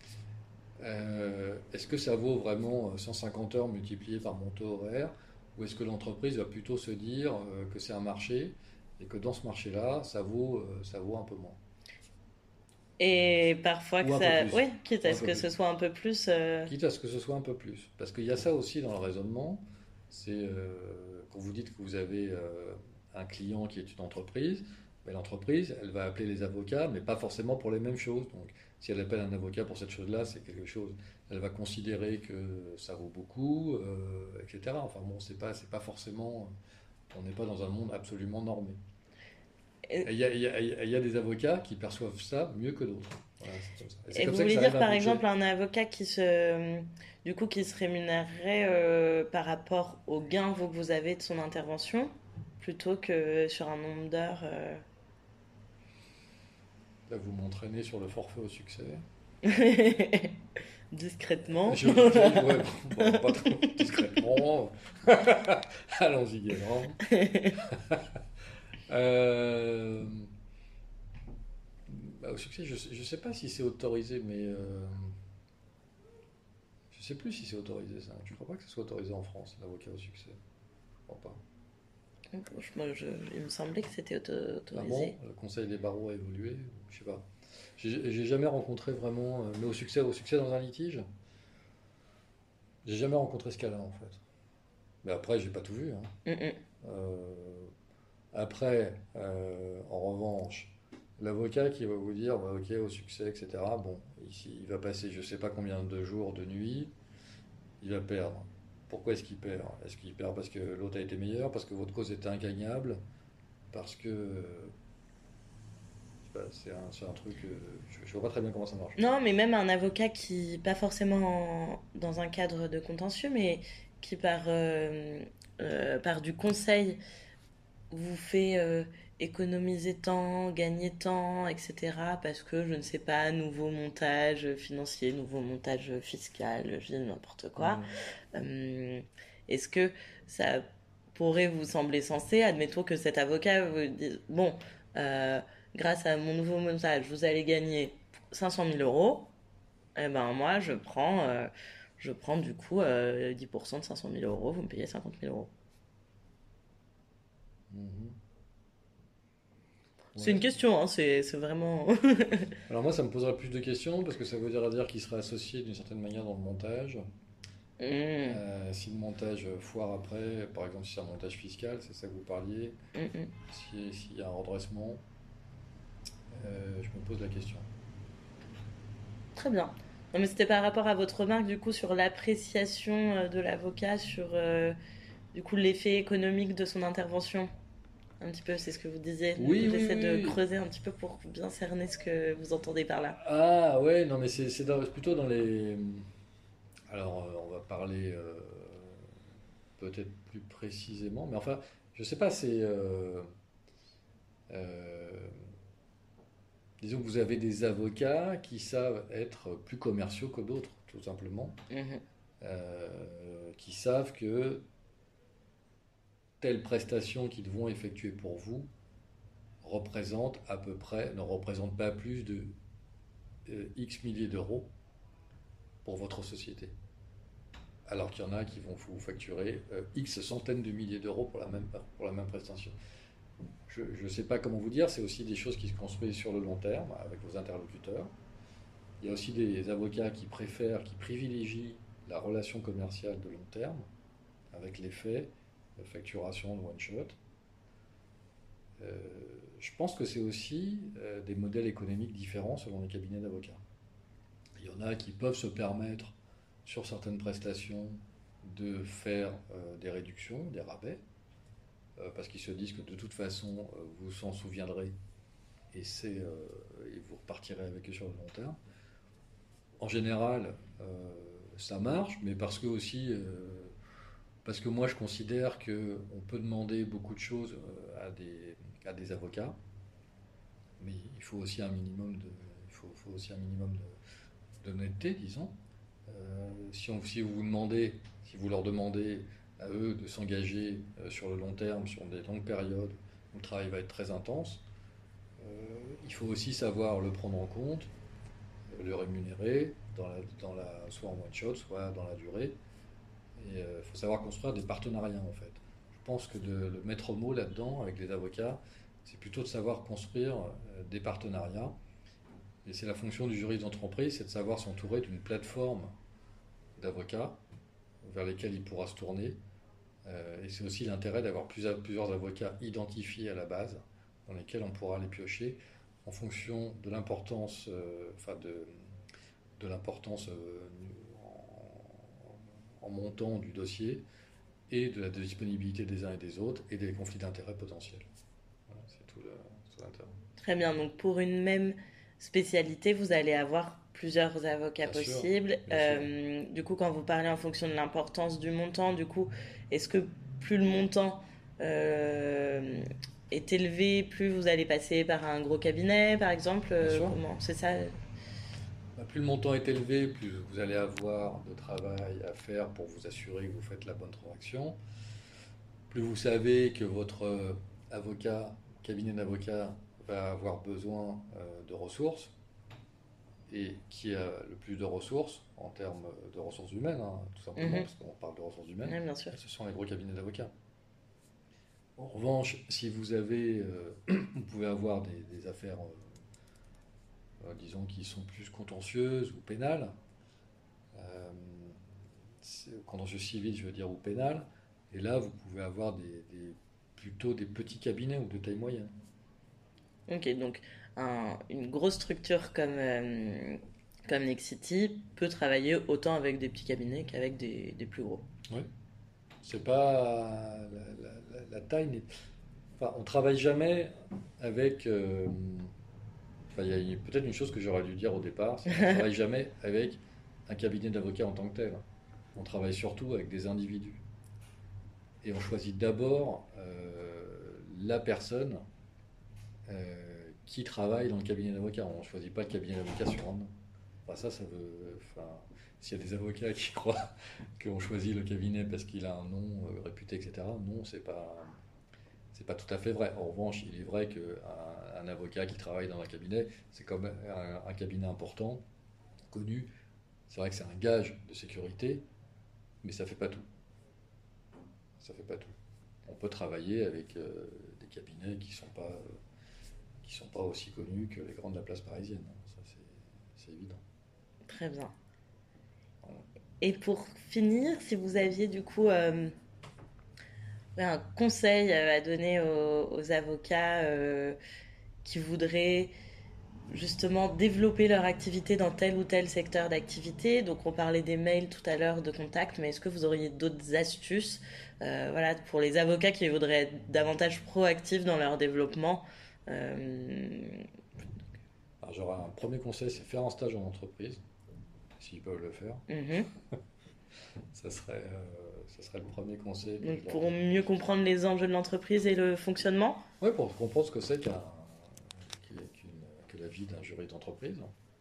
Est-ce que ça vaut vraiment 150 heures multipliées par mon taux horaire? Ou est-ce que l'entreprise va plutôt se dire que c'est un marché et que dans ce marché-là, ça vaut un peu moins? Et parfois que ça... Oui, quitte à ce que ce soit un peu plus... Quitte à ce que ce soit un peu plus. Parce qu'il y a ça aussi dans le raisonnement. C'est quand vous dites que vous avez un client qui est une entreprise, l'entreprise, elle va appeler les avocats, mais pas forcément pour les mêmes choses. Donc, si elle appelle un avocat pour cette chose-là, c'est quelque chose. Elle va considérer que ça vaut beaucoup, etc. Enfin bon, c'est pas forcément. On n'est pas dans un monde absolument normé. Il y a des avocats qui perçoivent ça mieux que d'autres. Voilà, c'est comme ça. Et vous voulez dire par exemple un avocat qui se rémunérerait par rapport au gain que vous avez de son intervention plutôt que sur un nombre d'heures Là, vous m'entraînez sur le forfait au succès. Discrètement. Pas trop discrètement. Allons-y gaiement. Au succès, je sais pas si c'est autorisé, mais je sais plus si c'est autorisé ça. Je crois pas que ce soit autorisé en France, l'avocat au succès. Je crois pas. Il me semblait que c'était autorisé. Ah bon, le Conseil des barreaux a évolué, je sais pas. J'ai jamais rencontré vraiment, mais au succès dans un litige, j'ai jamais rencontré ce cas-là en fait. Mais après, j'ai pas tout vu. Après, en revanche, l'avocat qui va vous dire, bah, ok, au succès, etc., bon, ici, il va passer je ne sais pas combien de jours, de nuits, il va perdre. Pourquoi est-ce qu'il perd? Est-ce qu'il perd parce que l'autre a été meilleur, parce que votre cause était ingagnable, parce que je sais pas, c'est un truc, je vois pas très bien comment ça marche. Non, mais même un avocat qui, pas forcément dans un cadre de contentieux, mais qui par du conseil vous fait économiser temps, gagner temps, etc. Parce que, je ne sais pas, nouveau montage financier, nouveau montage fiscal, je dis n'importe quoi. Mhm. Euh, Est-ce que ça pourrait vous sembler sensé, admettons que cet avocat vous dise, bon, euh, grâce à mon nouveau montage, vous allez gagner 500 000 euros, eh ben moi je prends du coup 10% de 500 000 euros, vous me payez 50 000 euros. Mhm. C'est Ouais. une question, hein, c'est vraiment... Alors moi, ça me poserait plus de questions parce que ça veut dire qu'il serait associé d'une certaine manière dans le montage. Mm, Si le montage foire après, par exemple si c'est un montage fiscal, c'est ça que vous parliez, mm, mm. s'il y a un redressement, je me pose la question. Très bien. Non, mais c'était par rapport à votre remarque du coup sur l'appréciation de l'avocat sur du coup l'effet économique de son intervention. Un petit peu, c'est ce que vous disiez. Du coup, Oui, oui, j'essaie de oui. creuser un petit peu pour bien cerner ce que vous entendez par là. Ah ouais, non mais c'est plutôt dans les... Alors on va parler peut-être plus précisément, mais enfin, je sais pas, c'est... euh, disons que vous avez des avocats qui savent être plus commerciaux que d'autres, tout simplement, Mhm. qui savent que telle prestation qu'ils vont effectuer pour vous représente à peu près, ne représente pas plus de X milliers d'euros pour votre société. Alors qu'il y en a qui vont vous facturer X centaines de milliers d'euros pour la même prestation. Je ne sais pas comment vous dire, c'est aussi des choses qui se construisent sur le long terme avec vos interlocuteurs. Il y a aussi des avocats qui préfèrent, qui privilégient la relation commerciale de long terme avec les faits, la facturation de one shot. Euh, je pense que c'est aussi des modèles économiques différents selon les cabinets d'avocats. Il y en a qui peuvent se permettre, sur certaines prestations, de faire des réductions, des rabais, parce qu'ils se disent que de toute façon, vous s'en souviendrez et vous repartirez avec eux sur le long terme. En général, ça marche, mais parce que moi je considère qu'on peut demander beaucoup de choses à des avocats, mais il faut aussi un minimum faut aussi un minimum d'honnêteté, disons. Si vous leur demandez à eux de s'engager sur le long terme, sur des longues périodes où le travail va être très intense, il faut aussi savoir le prendre en compte, le rémunérer soit en one shot, soit dans la durée. Et il faut savoir construire des partenariats en fait. Je pense que le maître mot là-dedans, avec les avocats, c'est plutôt de savoir construire des partenariats. Et c'est la fonction du juriste d'entreprise, c'est de savoir s'entourer d'une plateforme d'avocats vers lesquels il pourra se tourner. Et c'est aussi l'intérêt d'avoir plusieurs avocats identifiés à la base, dans lesquels on pourra les piocher en fonction de l'importance, de l'importance en montant du dossier et de la disponibilité des uns et des autres et des conflits d'intérêts potentiels. Voilà, c'est tout l'intérêt. Très bien, donc pour une même spécialité, vous allez avoir plusieurs avocats Bien sûr, possibles. bien sûr. Du coup, quand vous parlez en fonction de l'importance du montant, du coup, est-ce que plus le montant euh, est élevé, plus vous allez passer par un gros cabinet, par exemple Bien sûr. comment? C'est ça? Bah, plus le montant est élevé, plus vous allez avoir de travail à faire pour vous assurer que vous faites la bonne transaction. Plus vous savez que votre avocat, cabinet d'avocat, va avoir besoin de ressources, et qui a le plus de ressources en termes de ressources humaines, hein, tout simplement, Mhm. parce qu'on parle de ressources humaines, Oui, bien sûr. ce sont les gros cabinets d'avocats. En revanche, si vous avez, vous pouvez avoir des affaires, disons, qui sont plus contentieuses ou pénales, euh, contentieux civil, je veux dire, ou pénal, et là, vous pouvez avoir plutôt des petits cabinets ou de taille moyenne. Ok, donc une grosse structure comme Nexity peut travailler autant avec des petits cabinets qu'avec des plus gros. Oui. C'est pas la taille. Enfin, on travaille jamais avec. Enfin, il y a peut-être une chose que j'aurais dû dire au départ, c'est qu'on ne travaille jamais avec un cabinet d'avocats en tant que tel. On travaille surtout avec des individus. Et on choisit d'abord la personne qui travaille dans le cabinet d'avocats. On ne choisit pas le cabinet d'avocats sur un nom. Enfin, ça veut. Enfin, s'il y a des avocats qui croient qu'on choisit le cabinet parce qu'il a un nom réputé, etc., non, c'est pas tout à fait vrai. En revanche, il est vrai qu'un avocat qui travaille dans un cabinet, c'est comme un cabinet important, connu. C'est vrai que c'est un gage de sécurité, mais ça ne fait pas tout. Ça fait pas tout. On peut travailler avec des cabinets qui sont pas aussi connus que les grands de la place parisienne. Ça, c'est évident. Très bien. Et pour finir, si vous aviez du coup un conseil à donner aux avocats qui voudraient justement développer leur activité dans tel ou tel secteur d'activité. Donc on parlait des mails tout à l'heure de contact, mais est-ce que vous auriez d'autres astuces voilà, pour les avocats qui voudraient être davantage proactifs dans leur développement Alors j'aurais un premier conseil, c'est faire un stage en entreprise, s'ils peuvent le faire. Ça serait le premier conseil. Donc pour mieux comprendre les enjeux de l'entreprise et le fonctionnement. Oui, pour comprendre ce que c'est que la vie d'un juriste d'entreprise.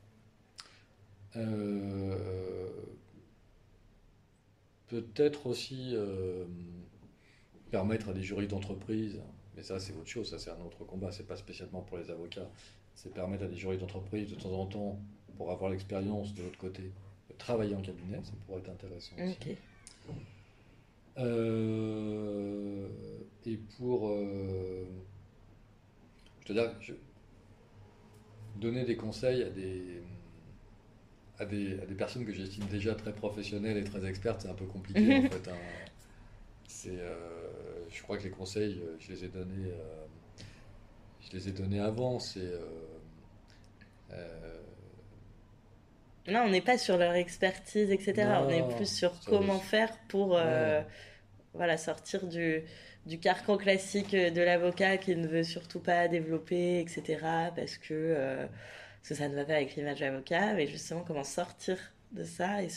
Peut-être aussi permettre à des juristes d'entreprise, mais ça c'est autre chose, ça c'est un autre combat, c'est pas spécialement pour les avocats, c'est permettre à des juristes d'entreprise de temps en temps, pour avoir l'expérience de l'autre côté, de travailler en cabinet, ça pourrait être intéressant aussi. Okay. Et pour donner des conseils à des personnes que j'estime déjà très professionnelles et très expertes, c'est un peu compliqué en fait. Je crois que les conseils, je les ai donnés avant. Là, on n'est pas sur leur expertise, etc. Non, on est plus sur comment faire pour voilà, sortir du carcan classique de l'avocat qui ne veut surtout pas développer, etc. Parce que ça ne va pas avec l'image de l'avocat, mais justement comment sortir de ça et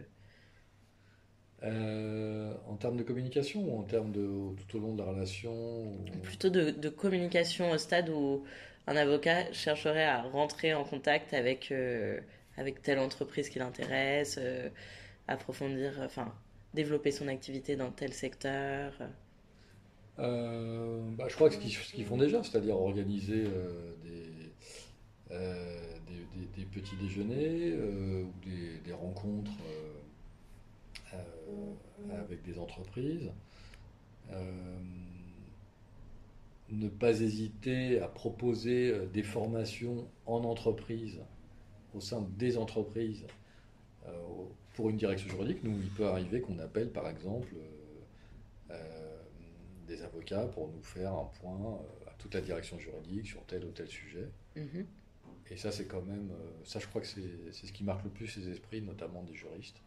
en termes de communication ou en termes de tout au long de la relation Plutôt de communication au stade où un avocat chercherait à rentrer en contact avec telle entreprise qui l'intéresse, approfondir, enfin développer son activité dans tel secteur. Je crois que ce qu'ils font déjà, c'est-à-dire organiser des petits déjeuners ou des rencontres avec des entreprises. Ne pas hésiter à proposer des formations en entreprise, au sein des entreprises, pour une direction juridique. Nous, il peut arriver qu'on appelle par exemple des avocats pour nous faire un point à toute la direction juridique sur tel ou tel sujet. Et ça, c'est quand même, ça je crois que c'est ce qui marque le plus les esprits, notamment des juristes.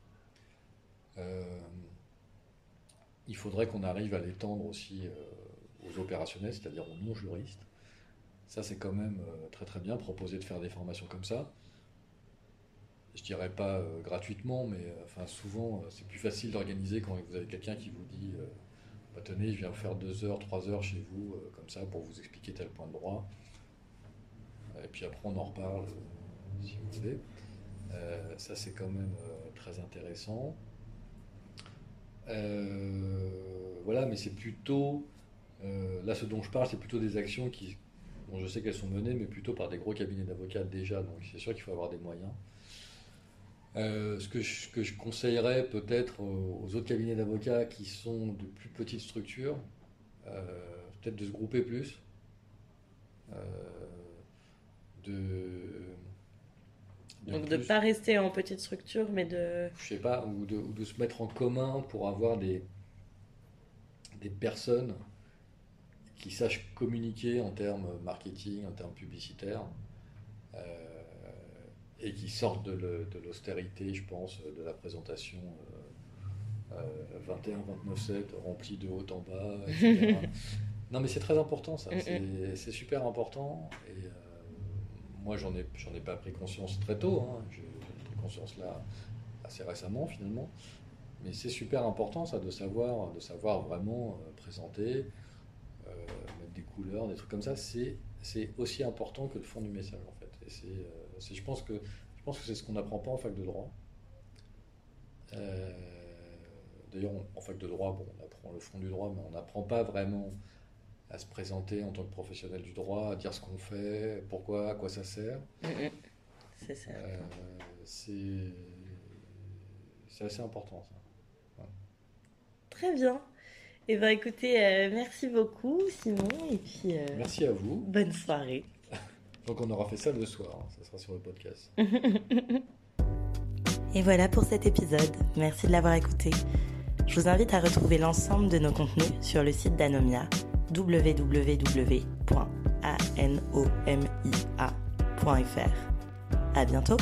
Il faudrait qu'on arrive à l'étendre aussi aux opérationnels, c'est-à-dire aux non-juristes. Ça, c'est quand même très très bien, proposer de faire des formations comme ça. Je dirais pas gratuitement, mais souvent, c'est plus facile d'organiser quand vous avez quelqu'un qui vous dit tenez, je viens vous faire 2 heures, 3 heures chez vous, comme ça, pour vous expliquer tel point de droit. Et puis après, on en reparle, si vous voulez. Ça, c'est quand même très intéressant. Voilà, mais c'est plutôt... là, ce dont je parle, c'est plutôt des actions dont je sais qu'elles sont menées, mais plutôt par des gros cabinets d'avocats déjà, donc c'est sûr qu'il faut avoir des moyens. Ce que je conseillerais peut-être aux autres cabinets d'avocats qui sont de plus petites structures, peut-être de se grouper plus, donc de ne pas rester en petite structure, mais de... Je sais pas, ou de se mettre en commun pour avoir des personnes qui sache communiquer en termes marketing, en termes publicitaires, et qui sortent de l'austérité, je pense, de la présentation 21-29-7, remplie de haut en bas, etc. Non, mais c'est très important, ça. C'est super important. Et moi, j'en ai pas pris conscience très tôt. Hein. J'ai pris conscience là assez récemment, finalement. Mais c'est super important, ça, de savoir vraiment présenter, mettre des couleurs, des trucs comme ça. C'est aussi important que le fond du message, en fait. Et je pense que c'est ce qu'on n'apprend pas en fac de droit. D'ailleurs, en fac de droit, bon, on apprend le fond du droit, mais on n'apprend pas vraiment à se présenter en tant que professionnel du droit, à dire ce qu'on fait, pourquoi, à quoi ça sert. C'est ça. C'est assez important, ça. Ouais. Très bien. Eh bien, écoutez, merci beaucoup, Simon, et puis... Merci à vous. Bonne soirée. Donc, on aura fait ça le soir, hein. Ça sera sur le podcast. Et voilà pour cet épisode. Merci de l'avoir écouté. Je vous invite à retrouver l'ensemble de nos contenus sur le site d'Anomia, www.anomia.fr. À bientôt.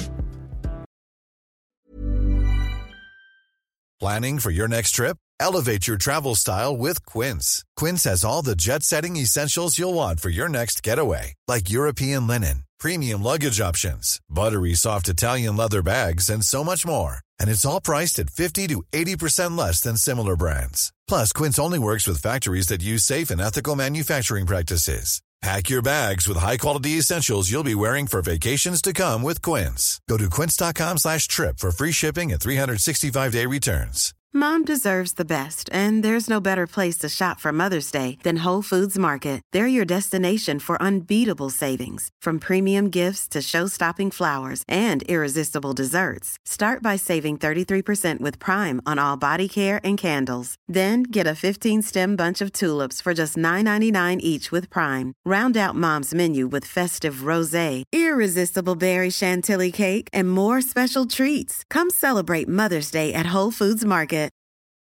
Planning for your next trip? Elevate your travel style with Quince. Quince has all the jet-setting essentials you'll want for your next getaway, like European linen, premium luggage options, buttery soft Italian leather bags, and so much more. And it's all priced at 50 to 80% less than similar brands. Plus, Quince only works with factories that use safe and ethical manufacturing practices. Pack your bags with high-quality essentials you'll be wearing for vacations to come with Quince. Go to quince.com/trip for free shipping and 365-day returns. Mom deserves the best, and there's no better place to shop for Mother's Day than Whole Foods Market. They're your destination for unbeatable savings, from premium gifts to show-stopping flowers and irresistible desserts. Start by saving 33% with Prime on all body care and candles. Then get a 15-stem bunch of tulips for just $9.99 each with Prime. Round out Mom's menu with festive rosé, irresistible berry chantilly cake, and more special treats. Come celebrate Mother's Day at Whole Foods Market.